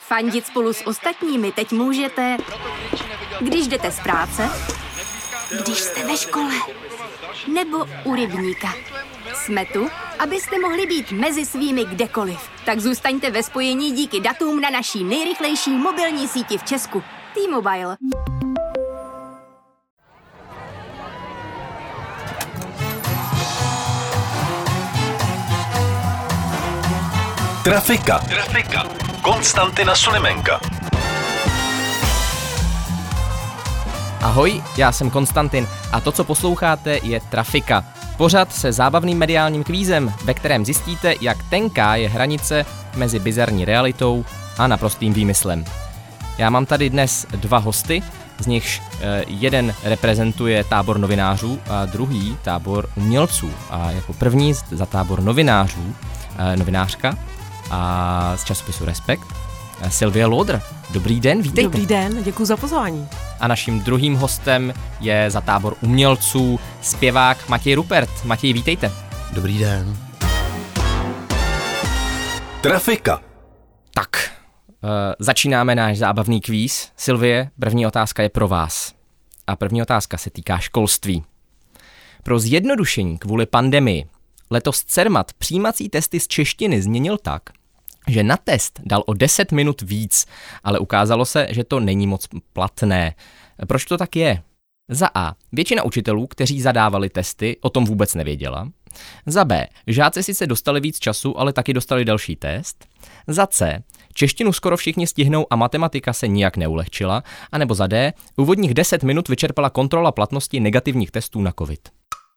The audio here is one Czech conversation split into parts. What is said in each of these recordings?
Fandit spolu s ostatními teď můžete, když jdete z práce, když jste ve škole, nebo u rybníka. Jsme tu, abyste mohli být mezi svými kdekoliv. Tak zůstaňte ve spojení díky datům na naší nejrychlejší mobilní síti v Česku. T-Mobile. Trafika. Konstantina Sulimenka. Ahoj, já jsem Konstantin a to, co posloucháte, je Trafika. Pořad se zábavným mediálním kvízem, ve kterém zjistíte, jak tenká je hranice mezi bizarní realitou a naprostým výmyslem. Já mám tady dnes dva hosty, z nichž jeden reprezentuje tábor novinářů a druhý tábor umělců. A jako první za tábor novinářů, novinářka a z časopisu Respekt, Sylvie Lauder. Dobrý den, vítejte. Dobrý den, děkuji za pozvání. A naším druhým hostem je za tábor umělců zpěvák Matěj Rupert. Matěj, vítejte. Dobrý den. Trafika. Tak, začínáme náš zábavný kvíz. Sylvie, první otázka je pro vás. A první otázka se týká školství. Pro zjednodušení kvůli pandemii letos Cermat přijímací testy z češtiny změnil tak, že na test dal o 10 minut víc, ale ukázalo se, že to není moc platné. Proč to tak je? Za A. Většina učitelů, kteří zadávali testy, o tom vůbec nevěděla. Za B. Žáci sice dostali víc času, ale taky dostali další test. Za C. Češtinu skoro všichni stihnou a matematika se nijak neulehčila. A nebo za D. Úvodních 10 minut vyčerpala kontrola platnosti negativních testů na COVID.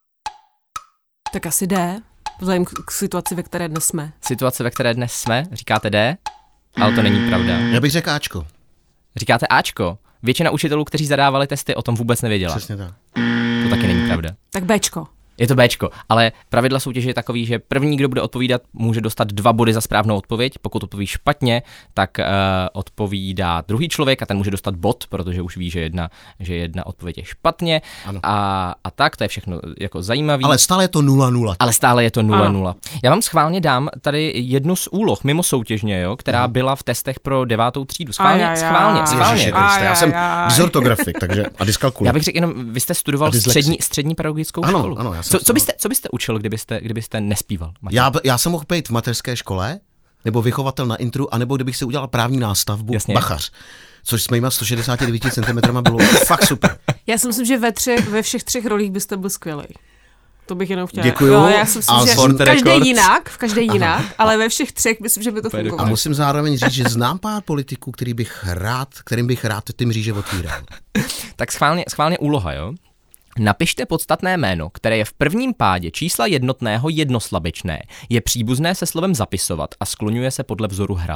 Tak asi D, vzhledem k situaci, ve které dnes jsme. Situace, ve které dnes jsme, říkáte D, ale to není pravda. Já bych řekl Ačko. Říkáte Ačko. Většina učitelů, kteří zadávali testy, o tom vůbec nevěděla. Přesně tak. To taky není pravda. Tak Bčko. Je to Bčko, ale pravidla soutěže je takový, že první, kdo bude odpovídat, může dostat 2 body za správnou odpověď. Pokud odpoví špatně, tak odpovídá druhý člověk a ten může dostat bod, protože už ví, že jedna odpověď je špatně. A tak, to je všechno jako zajímavý. Ale stále je to 0-0. Ale stále je to 0-0. Já vám schválně dám tady jednu z úloh, mimo soutěžně, jo, která byla v testech pro 9. třídu. Schválně. Ježiši Kriste, já jsem dysortografik, takže a dyskalkulant. Já bych řekl jenom, vy jste studoval střední pedagogickou školu. Ano, Co byste učil, kdybyste nespíval? Já jsem mohl být v mateřské škole, nebo vychovatel na intru, anebo kdybych si udělal právní nástavbu, jasně. Bachař. Což s mýma 169 cm bylo fakt super. Já si myslím, že ve všech 3 rolích byste byl skvělý. To bych jenom chtěla. Děkuju. No, já si myslím, že v každé jinak, ale ve všech 3 myslím, že by to fungovalo. A musím zároveň říct, že znám pár politiků, kterým bych rád ty mříže otvíral. Tak schválně úloha, jo? Napište podstatné jméno, které je v prvním pádě čísla jednotného jednoslabičné, je příbuzné se slovem zapisovat a skloňuje se podle vzoru hrad.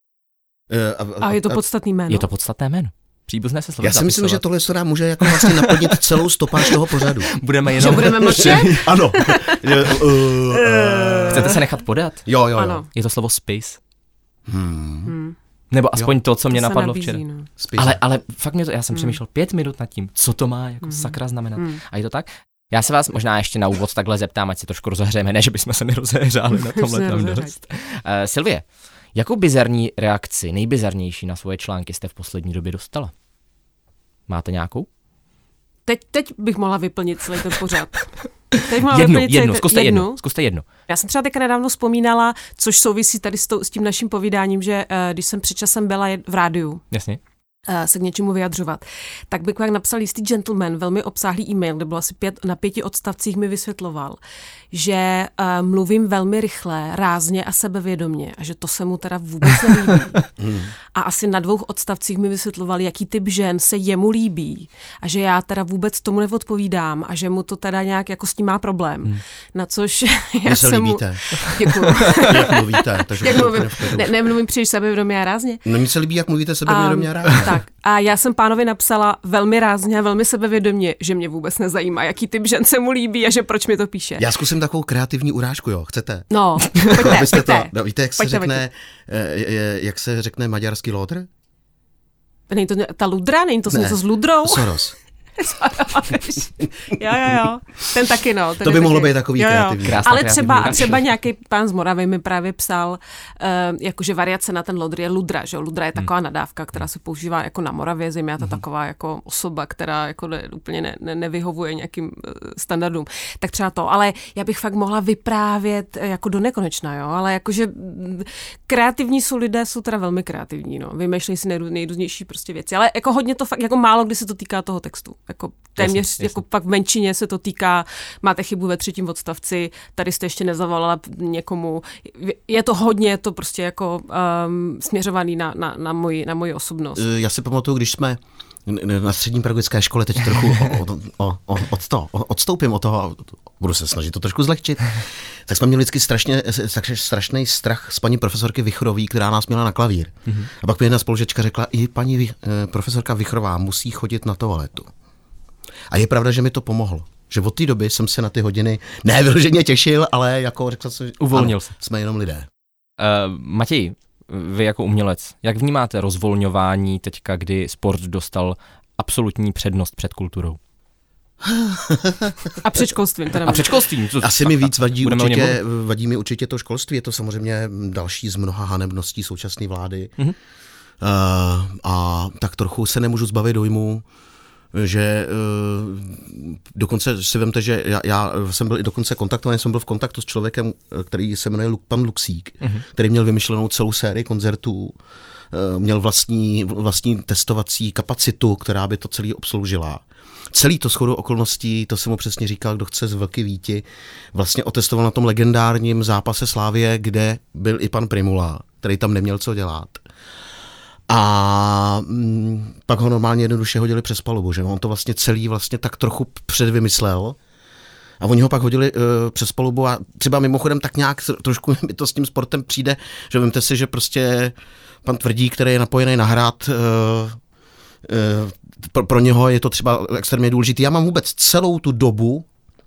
A je to podstatné jméno? Je to podstatné jméno. Příbuzné se slovem zapisovat. Já si myslím, že tohle se může jako vlastně naplnit celou stopáž toho pořadu. Že budeme mlčet? Ano. Chcete se nechat podat? Jo. Je to slovo spis. Nebo aspoň to, co mě napadlo včera. No. Ale fakt já jsem přemýšlel 5 minut nad tím, co to má jako sakra znamenat. A je to tak? Já se vás možná ještě na úvod takhle zeptám, ať si trošku rozehřejeme, ne, že bychom se mi rozehřáli na tomhle tam dost. Sylvie, jakou bizarní reakci, nejbizarnější na svoje články jste v poslední době dostala? Máte nějakou? Teď bych mohla vyplnit celý ten pořad. Zkuste jednu. Já jsem třeba teďka nedávno vzpomínala, což souvisí tady s tím naším povídáním, že když jsem před časem byla v rádiu, jasně, se k něčemu vyjadřovat, tak bych jak napsal jistý gentleman, velmi obsáhlý e-mail, kde bylo asi na 5 odstavcích mi vysvětloval, že mluvím velmi rychle, rázně a sebevědomně a že to se mu teda vůbec nelíbí. A asi na 2 odstavcích mi vysvětloval, jaký typ žen se jemu líbí a že já teda vůbec tomu neodpovídám a že mu to teda nějak jako s tím má problém. Na což já jsem mu... Děkuju. Jak mluvíte? Nemluvím příliš sebevědomě a rázně. No mně se líbí, jak mluvíte sebevědomě a rázně. Tak. A já jsem pánovi napsala velmi rázně a velmi sebevědomě, že mě vůbec nezajímá, jaký typ žen se mu líbí a že proč mi to píše. Já zkusím takovou kreativní urážku, jo, chcete? No, pojďte. Víte, jak se řekne maďarský lodr? Není to ta ludra? Není to něco s ludrou? Soros. Jo. Ten taky, no. To by mohlo být takový kreativní. Krásná Ale kreativní třeba nějaký pán z Moravy mi právě psal, jakože variace na ten lodr je ludra, že jo? Ludra je taková nadávka, která se používá jako na Moravě, zejména taková jako osoba, která jako úplně nevyhovuje nějakým standardům. Tak třeba to, ale já bych fakt mohla vyprávět jako do nekonečna, jo? Ale jakože kreativní lidé jsou teda velmi kreativní, no. Vymýšlejí si nejrůznější prostě věci, ale jako hodně to fakt, jako málo kdy se to týká toho textu. Jako téměř, jasně. Jako pak v menšině se to týká, máte chybu ve 3. odstavci, tady jste ještě nezavolala někomu. Je to hodně, je to prostě jako směřovaný na moji osobnost. Já si pamatuju, když jsme na střední pedagogické škole, teď trochu odstoupím od toho, budu se snažit to trošku zlehčit, tak jsme měli vždycky strašný strach z paní profesorky Vichrový, která nás měla na klavír. A pak mi jedna spolužečka řekla, i paní profesorka Vichrová musí chodit na toaletu. A je pravda, že mi to pomohlo. Že od té doby jsem se na ty hodiny nevyloženě těšil, ale jako řekl jsem, uvolnil se. Jsme jenom lidé. Matěj, vy jako umělec, jak vnímáte rozvolňování teďka, kdy sport dostal absolutní přednost před kulturou? A před školstvím. A před školstvím. Asi mi víc vadí mi určitě to školství. Je to samozřejmě další z mnoha hanebností současné vlády. A tak trochu se nemůžu zbavit dojmu, že dokonce si vemte, že já jsem byl i dokonce kontaktovaný, jsem byl v kontaktu s člověkem, který se jmenuje pan Luxík, který měl vymyšlenou celou sérii koncertů, měl vlastní testovací kapacitu, která by to celý obsloužila. Celý to shodou okolností, to jsem mu přesně říkal, kdo chce z Velké Víti, vlastně otestoval na tom legendárním zápase Slávie, kde byl i pan Primula, který tam neměl co dělat. A pak ho normálně jednoduše hodili přes palubu, že on to vlastně celý vlastně tak trochu předvymyslel a oni ho pak hodili přes palubu a třeba mimochodem tak nějak trošku mi to s tím sportem přijde, že vemte si, že prostě pan Tvrdík, který je napojený na Hrad, pro něho je to třeba extrémně důležitý. Já mám vůbec celou tu dobu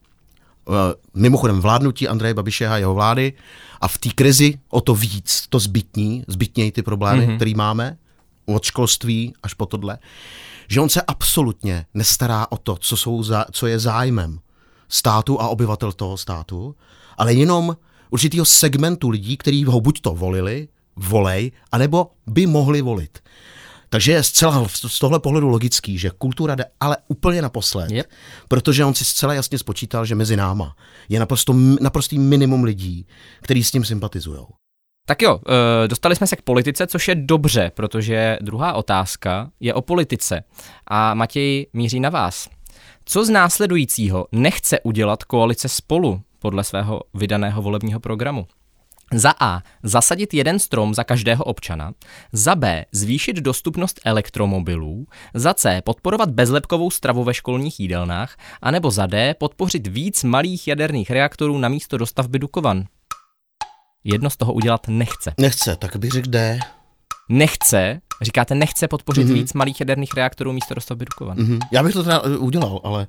mimochodem vládnutí Andreje Babiše a jeho vlády a v té krizi o to víc, to zbytnějí ty problémy, které máme, od školství až po tohle, že on se absolutně nestará o to, co je zájmem státu a obyvatel toho státu, ale jenom určitýho segmentu lidí, kteří ho buď to volej, anebo by mohli volit. Takže je zcela z tohle pohledu logický, že kultura jde ale úplně naposled, protože on si zcela jasně spočítal, že mezi náma je naprostý minimum lidí, kteří s tím sympatizujou. Tak jo, dostali jsme se k politice, což je dobře, protože druhá otázka je o politice. A Matěj, míří na vás. Co z následujícího nechce udělat koalice Spolu podle svého vydaného volebního programu? Za A. Zasadit 1 strom za každého občana. Za B. Zvýšit dostupnost elektromobilů. Za C. Podporovat bezlepkovou stravu ve školních jídelnách. A nebo za D. Podpořit víc malých jaderných reaktorů na místo dostavby Dukovan. Jedno z toho udělat nechce. Nechce, tak bych řekl D. Nechce? Říkáte nechce podpořit víc malých jaderných reaktorů místo dostavby Dukovan. Já bych to teda udělal, ale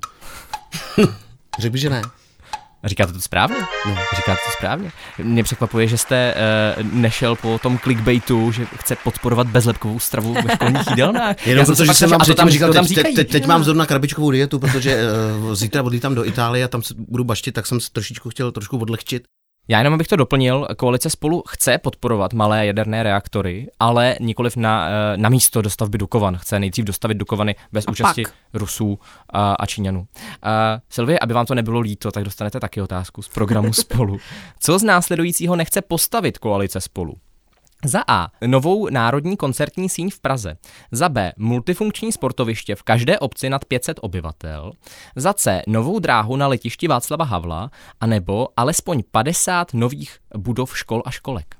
řekl bych, že ne. Říkáte to správně? No. Říkáte to správně. Mě překvapuje, že jste nešel po tom clickbaitu, že chce podporovat bezlepkovou stravu ve školních jídelnách. Jenom protože jsem vám předtím říkal, teď mám zrovna krabičkovou dietu, protože zítra odlítám do Itálie a tam se budu baštit, tak jsem se chtěl trošku odlehčit. Já jenom abych to doplnil, koalice Spolu chce podporovat malé jaderné reaktory, ale nikoliv na místo dostavby Dukovan. Chce nejdřív dostavit Dukovany bez účasti Rusů a Číňanů. Sylvie, aby vám to nebylo líto, tak dostanete taky otázku z programu Spolu. Co z následujícího nechce postavit koalice Spolu? Za A. Novou národní koncertní síň v Praze. Za B. Multifunkční sportoviště v každé obci nad 500 obyvatel. Za C. Novou dráhu na letišti Václava Havla. A nebo alespoň 50 nových budov škol a školek.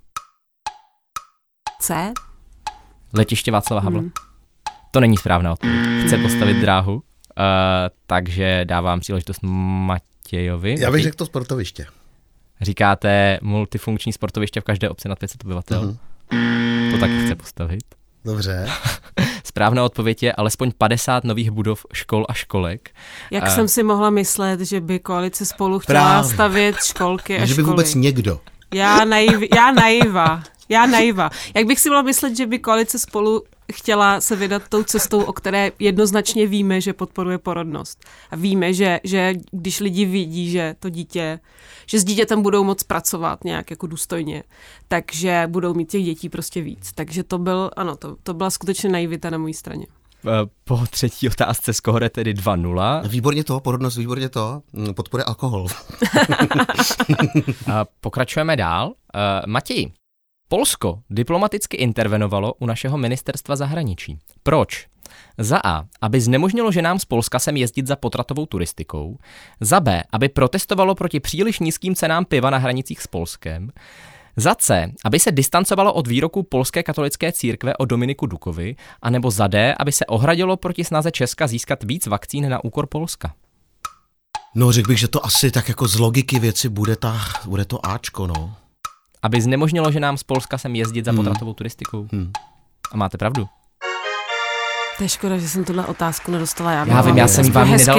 C. Letiště Václava Havla. To není správná odpověď. Chce postavit dráhu, takže dávám příležitost Matějovi. Já bych řekl to sportoviště. Říkáte multifunkční sportoviště v každé obci nad 500 obyvatel. To taky chce postavit. Dobře. Správná odpověď je alespoň 50 nových budov škol a školek. Jak jsem si mohla myslet, že by koalice Spolu chtěla stavět školky a školy. Že by vůbec někdo. Já naiva. Já naiva. Jak bych si mohla myslet, že by koalice Spolu chtěla se vydat tou cestou, o které jednoznačně víme, že podporuje porodnost. A víme, že když lidi vidí, že s dítětem budou moct pracovat nějak jako důstojně, takže budou mít těch dětí prostě víc. Takže to byla skutečně naivita na mojí straně. Po třetí otázce skóre tedy 2-0. Výborně to, porodnost, výborně to. Podporuje alkohol. Pokračujeme dál. Matěj, Polsko diplomaticky intervenovalo u našeho ministerstva zahraničí. Proč? Za A, aby znemožnilo ženám z Polska sem jezdit za potratovou turistikou. Za B, aby protestovalo proti příliš nízkým cenám piva na hranicích s Polskem. Za C, aby se distancovalo od výroků polské katolické církve o Dominiku Dukovi. A nebo za D, aby se ohradilo proti snaze Česka získat víc vakcín na úkor Polska. No, řekl bych, že to asi tak jako z logiky věci bude to Ačko, no. Aby znemožnilo ženám z Polska sem jezdit za potratovou turistikou. A máte pravdu. To je škoda, že jsem tuhle otázku nedostala. Já vím, já jsem vám nedal.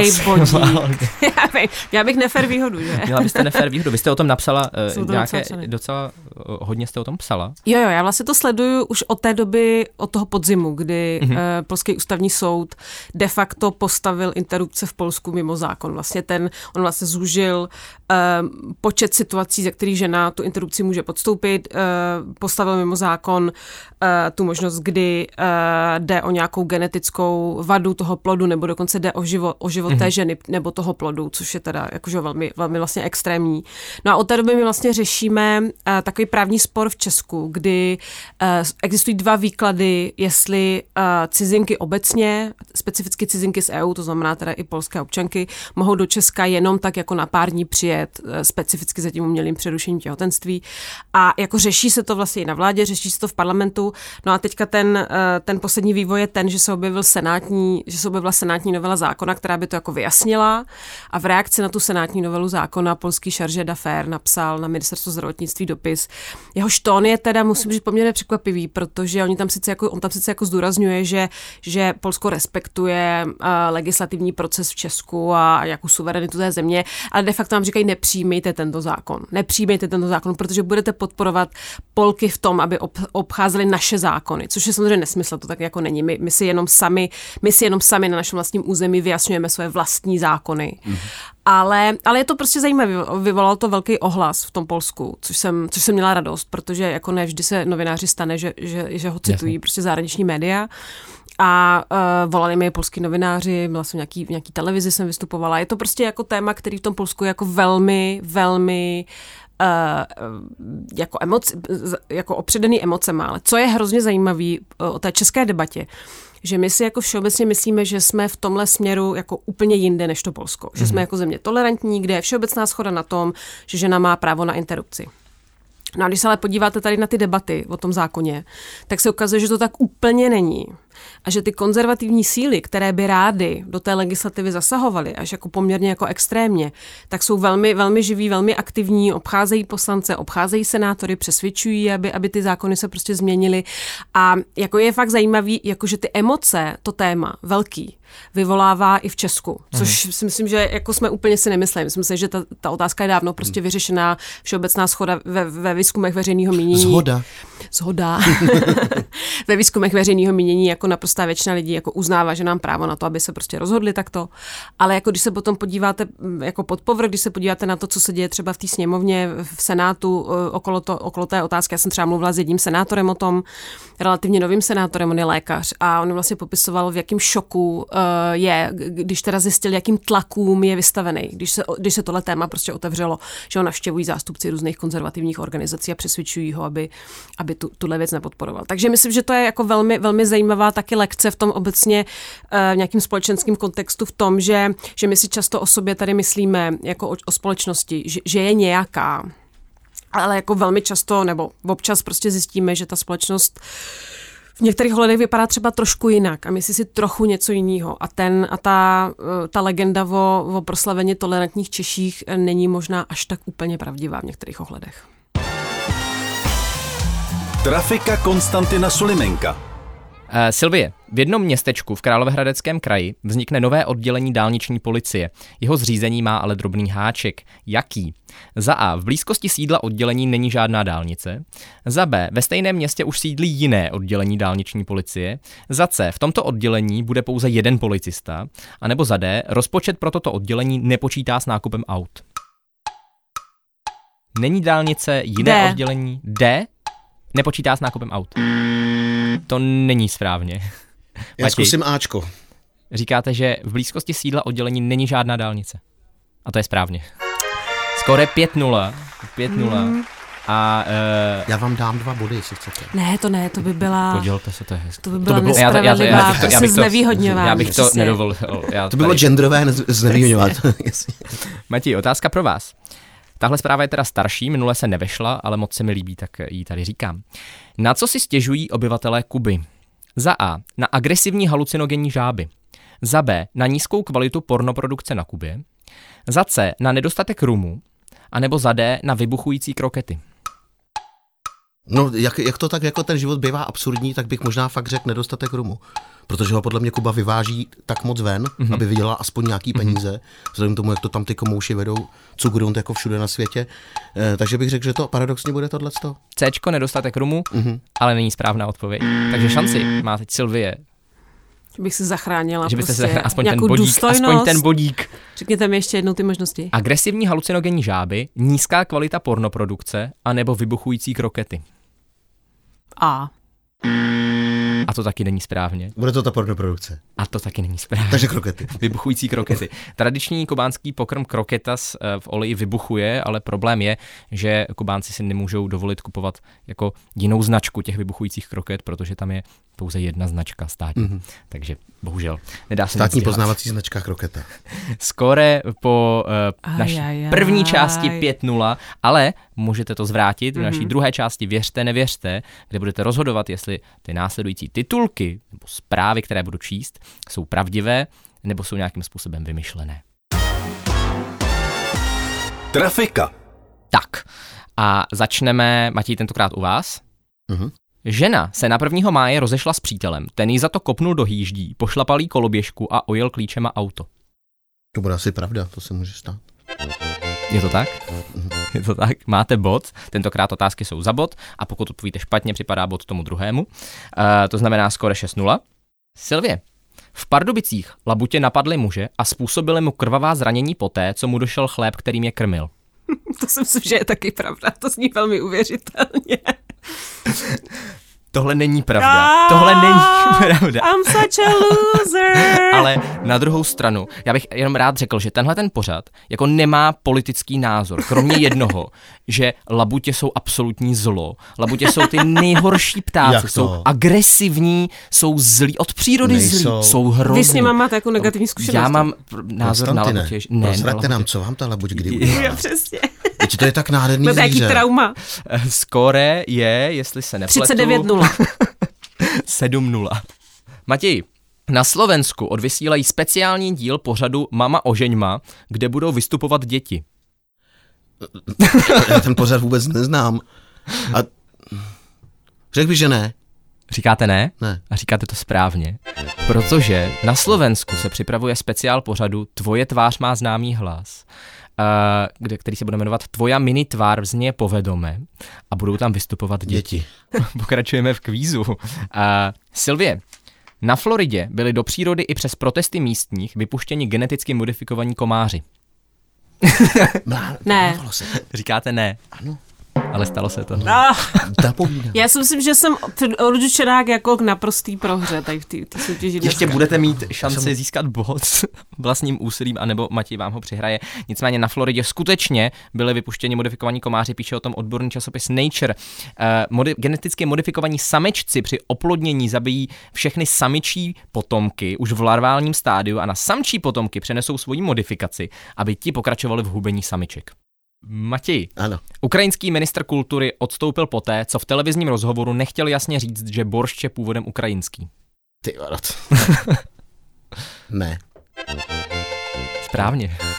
Já bych nefér výhodu, že? Měla byste nefér výhodu. Vy jste o tom napsala docela hodně jste o tom psala. Jo, já vlastně to sleduju už od té doby, od toho podzimu, kdy polský ústavní soud de facto postavil interrupce v Polsku mimo zákon. Vlastně on vlastně zúžil počet situací, ze kterých žena tu interrupci může podstoupit, postavil mimo zákon tu možnost, kdy jde o nějakou genetickou vadu toho plodu, nebo dokonce jde o život té ženy nebo toho plodu, což je teda jakože velmi, velmi vlastně extrémní. No a od té doby my vlastně řešíme takový právní spor v Česku, kdy existují dva výklady, jestli cizinky obecně, specificky cizinky z EU, to znamená teda i polské občanky, mohou do Česka jenom tak jako na pár dní přijet, specificky za tím umělým přerušením těhotenství. A jako řeší se to vlastně i na vládě, řeší se to v parlamentu. No a teďka ten poslední vývoj je ten, že se objevila senátní novela zákona, která by to jako vyjasnila, a v reakci na tu senátní novelu zákona polský chargé d'affaires napsal na ministerstvo zdravotnictví dopis. Jehož tón je teda, musím říct, poměrně překvapivý, protože on tam sice jako zdůrazňuje, že Polsko respektuje legislativní proces v Česku a jakou suverenitu té země, ale de facto nám říkají, nepřijmejte tento zákon, protože budete podporovat Polky v tom, aby obcházeli naše zákony, což je samozřejmě nesmysl, to tak jako není. My si jenom sami na našem vlastním území vyjasňujeme své vlastní zákony. Ale je to prostě zajímavé. Vyvolalo to velký ohlas v tom Polsku, což jsem měla radost, protože jako ne vždy se novináři stane, že ho citují prostě zahraniční média. A volali mi polský novináři, byla jsem v nějaký televizi, jsem vystupovala. Je to prostě jako téma, který v tom Polsku je jako velmi, velmi jako opředený emocema. Ale co je hrozně zajímavý o té české debatě, že my si jako všeobecně myslíme, že jsme v tomhle směru jako úplně jinde než to Polsko. Že jsme jako země tolerantní, kde je všeobecná shoda na tom, že žena má právo na interrupci. No a když se ale podíváte tady na ty debaty o tom zákoně, tak se ukazuje, že to tak úplně není. A že ty konzervativní síly, které by rády do té legislativy zasahovaly, až jako poměrně jako extrémně, tak jsou velmi, velmi živí, velmi aktivní, obcházejí poslance, obcházejí senátory, přesvědčují, aby ty zákony se prostě změnily. A jako je fakt zajímavý, jako že ty emoce, to téma velký, vyvolává i v Česku, což si myslím, že jako jsme úplně si nemysleli. Myslím si, že ta otázka je dávno prostě vyřešená, všeobecná shoda ve výzkumech veřejného mínění. Zhoda. Ve výzkumech veřejného mínění jako naprostá většina lidí jako uznává, že nám právo na to, aby se prostě rozhodli takto. Ale jako když se potom podíváte jako pod povrch, když se podíváte na to, co se děje třeba v té sněmovně, v Senátu, okolo té otázky, já jsem třeba mluvila s jedním senátorem o tom, relativně novým senátorem, on je lékař a on vlastně popisoval, v jakém šoku je, když teda zjistil, jakým tlakům je vystavený, když se tohle téma prostě otevřelo, že ho navštěvují zástupci různých konzervativních organizací a přesvědčují ho, aby tuhle věc nepodporoval. Takže myslím, že to je jako velmi, velmi zajímavá taky lekce v tom obecně v nějakým společenským kontextu v tom, že my si často o sobě tady myslíme jako o společnosti, že je nějaká, ale jako velmi často nebo občas prostě zjistíme, že ta společnost v některých ohledech vypadá třeba trošku jinak a myslí si trochu něco jiného. A ta legenda o proslavení tolerantních Češích není možná až tak úplně pravdivá v některých ohledech. Trafika Konstantina Sulimenka. Silvie, v jednom městečku v Královéhradeckém kraji vznikne nové oddělení dálniční policie. Jeho zřízení má ale drobný háček. Jaký? Za A. V blízkosti sídla oddělení není žádná dálnice. Za B. Ve stejném městě už sídlí jiné oddělení dálniční policie. Za C. V tomto oddělení bude pouze jeden policista. A nebo za D. Rozpočet pro toto oddělení nepočítá s nákupem aut. Není dálnice, jiné oddělení. D. Nepočítá s nákupem aut. To není správně. Já zkusím Ačko. Říkáte, že v blízkosti sídla oddělení není žádná dálnice. A to je správně. Skóre 5-0. 5-0. A já vám dám 2 body, jestli chcete. Ne, to by byla... Podělte se, to je hezky. To by byla nespravedlivá, znevýhodňování. Já bych to nedovolil. To by bylo genderové znevýhodňovat. Matěj, otázka pro vás. Tahle zpráva je teda starší, minule se nevešla, ale moc se mi líbí, tak ji tady říkám. Na co si stěžují obyvatelé Kuby? Za A. Na agresivní halucinogenní žáby. Za B. Na nízkou kvalitu pornoprodukce na Kubě. Za C. Na nedostatek rumu. A nebo za D. Na vybuchující krokety. No, jak to tak, jako ten život bývá absurdní, tak bych možná fakt řekl nedostatek rumu. Protože ho podle mě Kuba vyváží tak moc ven, aby vydělala aspoň nějaký peníze, vzhledem k tomu, jak to tam ty komouši vedou, cugrunt jako všude na světě. Takže bych řekl, že to paradoxně bude tohleto. Cčko, nedostatek rumu, ale není správná odpověď. Takže šanci má teď Silvie. Bych si zachránila že byste prostě si aspoň ten bodík, důstojnost. Aspoň ten bodík. Řekněte mi ještě jednou ty možnosti. Agresivní halucinogenní žáby, nízká kvalita pornoprodukce a nebo vybuchující krokety. A to taky není správně. Bude to ta pornoprodukce. A to taky není správně. Takže krokety. Vybuchující krokety. Tradiční kubánský pokrm kroketas v oleji vybuchuje, ale problém je, že Kubánci si nemůžou dovolit kupovat jako jinou značku těch vybuchujících kroket, protože tam je pouze jedna značka státní. Takže bohužel nedá se státní poznávací značka kroketa. Skóre po naší první části 5-0, ale můžete to zvrátit v naší druhé části Věřte, nevěřte, kde budete rozhodovat, jestli ty následující titulky nebo zprávy, které budu číst, jsou pravdivé nebo jsou nějakým způsobem vymyšlené. Trafika. Tak a začneme, Matěj, tentokrát u vás. Žena se na 1. máje rozešla s přítelem, ten jí za to kopnul do hýždí, pošlapal jí koloběžku a ojel klíčema auto. To bude asi pravda, to se může stát. Je to tak? Je to tak? Máte bod, tentokrát otázky jsou za bod a pokud odpovíte špatně, připadá bod tomu druhému. To znamená skóre 6-0. Silvie, v Pardubicích labutě napadly muže a způsobili mu krvavá zranění poté, co mu došel chléb, kterým je krmil. To si myslím, že je taky pravda, to zní velmi uvěřitelně. Tohle není pravda. Tohle není pravda. I'm such a loser. Ale na druhou stranu, já bych jenom rád řekl, že tenhle ten pořad jako nemá politický názor, kromě jednoho, že labutě jsou absolutní zlo. Labutě jsou ty nejhorší ptáci, jsou agresivní, jsou zlí, od přírody zlí, jsou hrozný. Vy s nima máte jako negativní zkušenost. Já mám názor na labutě. Prozraďte nám, co vám ta labuť kdy udělala. Přesně. Teď to je tak nádherný zvíře. Jaký trauma. Skóre je, jestli se nepletu... 39-0. 7-0. Matěj, na Slovensku odvysílají speciální díl pořadu Mama ožeňma, kde budou vystupovat děti. Já ten pořad vůbec neznám. A řekl bych, že ne. Říkáte ne? Ne. A říkáte to správně. Protože na Slovensku se připravuje speciál pořadu Tvoje tvář má známý hlas, který se bude jmenovat Tvoja mini tvár vznie povedome a budou tam vystupovat děti. Pokračujeme v kvízu. Silvie, na Floridě byli do přírody i přes protesty místních vypuštěni geneticky modifikovaní komáři. Ne. Říkáte ne. Ano. Ale stalo se to. Já si myslím, že jsem odlučenák jako k naprostý prohře tady v té soutěži. Ještě budete mít šanci získat bod vlastním úsilím, anebo Matěj vám ho přihraje. Nicméně na Floridě skutečně byly vypuštěni modifikovaní komáři, píše o tom odborný časopis Nature. Geneticky modifikovaní samečci při oplodnění zabijí všechny samičí potomky už v larválním stádiu a na samčí potomky přenesou svoji modifikaci, aby ti pokračovali v hubení samiček. Matěj, ano. Ukrajinský ministr kultury odstoupil poté, co v televizním rozhovoru nechtěl jasně říct, že boršč je původem ukrajinský. Ty varat. Ne. Správně.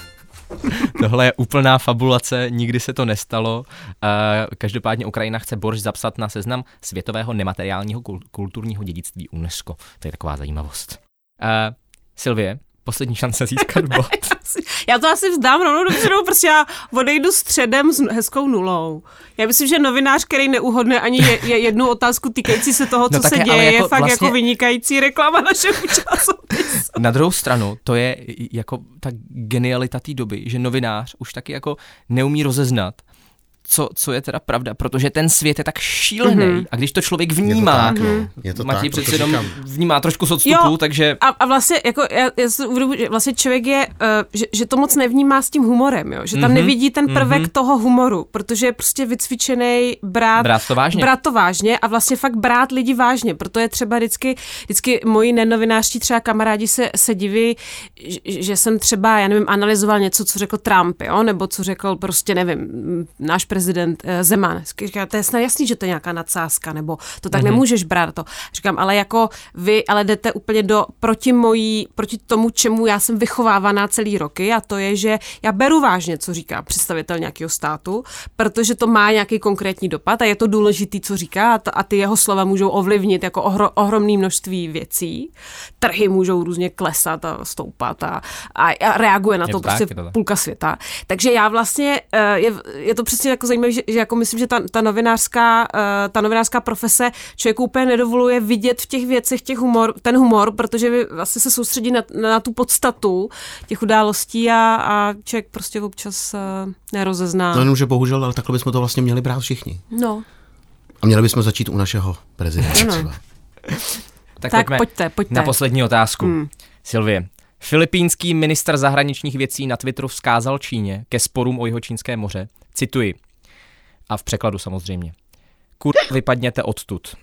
Tohle je úplná fabulace, nikdy se to nestalo. Každopádně Ukrajina chce boršč zapsat na seznam světového nemateriálního kulturního dědictví UNESCO. To je taková zajímavost. Sylvie, poslední šance získat bod. Já to asi vzdám rovnou dopředu, protože já odejdu středem s hezkou nulou. Já myslím, že novinář, který neuhodne ani jednu otázku týkající se toho, co se děje, je fakt vlastně jako vynikající reklama našeho časopisu. Na druhou stranu, to je jako ta genialita té doby, že novinář už taky jako neumí rozeznat, co je teda pravda, protože ten svět je tak šílený a když to člověk vnímá, Matěj přece jenom vnímá trošku z odstupu, takže... A vlastně, jako já si uvědomuji, že vlastně člověk je, že to moc nevnímá s tím humorem, jo? Že tam nevidí ten prvek toho humoru, protože je prostě vycvičený brát to vážně a vlastně fakt brát lidi vážně, proto je třeba vždycky moji nenovinářští třeba kamarádi se diví, že jsem třeba, já nevím, analyzoval něco, co řekl Trump, jo? Nebo co řekl prostě, nevím, náš prezident Zeman. Říká, to je snad jasný, že to je nějaká nadsázka, nebo to tak nemůžeš brát to. Říkám, ale jako vy, ale jdete úplně proti tomu, čemu já jsem vychovávaná celý roky, a to je, že já beru vážně, co říká představitel nějakého státu, protože to má nějaký konkrétní dopad a je to důležitý, co říká, a ty jeho slova můžou ovlivnit jako ohromné množství věcí. Trhy můžou různě klesat a stoupat a reaguje na to prostě půlka světa. Takže já vlastně, je to přesně jako zajímavé, že jako myslím, že ta novinářská profese člověku úplně nedovoluje vidět v těch věcech ten humor, protože vy vlastně se soustředí na tu podstatu těch událostí a člověk prostě občas nerozezná. No jenom, že bohužel, ale takhle bychom to vlastně měli brát všichni. No. A měli bychom začít u našeho prezidenta třeba. Tak pojďte. Na poslední otázku. Sylvie. Filipínský ministr zahraničních věcí na Twitteru vzkázal Číně ke sporům o Jihočínské moře. Cituji. A v překladu samozřejmě. Vypadněte odtud.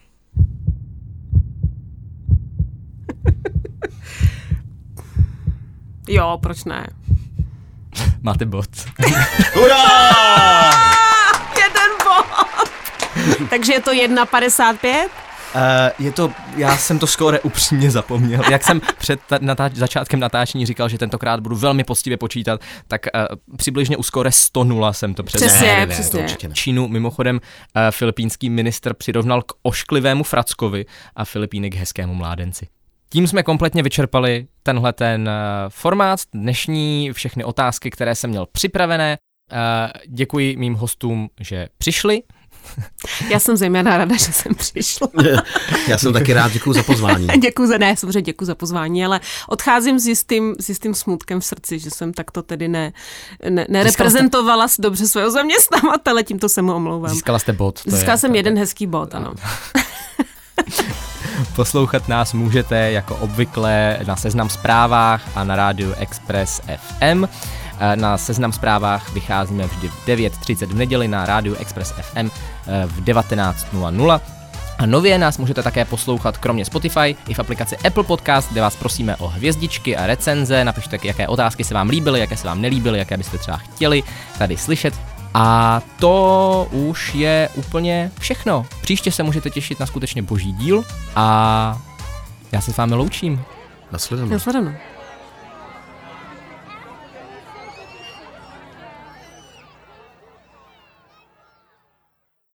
Jo, proč ne? Máte bod. Hurá! Jeden bod! Takže je to 1,55? Já jsem to skoro upřímně zapomněl. Jak jsem před začátkem natáčení říkal, že tentokrát budu velmi poctivě počítat, tak přibližně u skóre 100-0 jsem to přesně. Čínu mimochodem filipínský ministr přirovnal k ošklivému frackovi a Filipíny k hezkému mládenci. Tím jsme kompletně vyčerpali tenhle formát dnešní, všechny otázky, které jsem měl připravené. Děkuji mým hostům, že přišli. Já jsem zejména ráda, že jsem přišla. Já jsem taky rád, děkuji za pozvání. Děkuji za pozvání, ale odcházím s jistým smutkem v srdci, že jsem takto tedy nereprezentovala dobře svého zaměstnavatele, tímto se mu omlouvám. Získala jste bod. Získala jsem jeden hezký bod, ano. Poslouchat nás můžete jako obvykle na Seznam Zprávách a na rádiu Express FM. Na Seznam Zprávách vycházíme vždy v 9:30 v neděli, na rádiu Express FM v 19:00. A nově nás můžete také poslouchat kromě Spotify i v aplikaci Apple Podcast, kde vás prosíme o hvězdičky a recenze. Napište, jaké otázky se vám líbily, jaké se vám nelíbily, jaké byste třeba chtěli tady slyšet. A to už je úplně všechno. Příště se můžete těšit na skutečně boží díl a já se s vámi loučím. Nasledanou.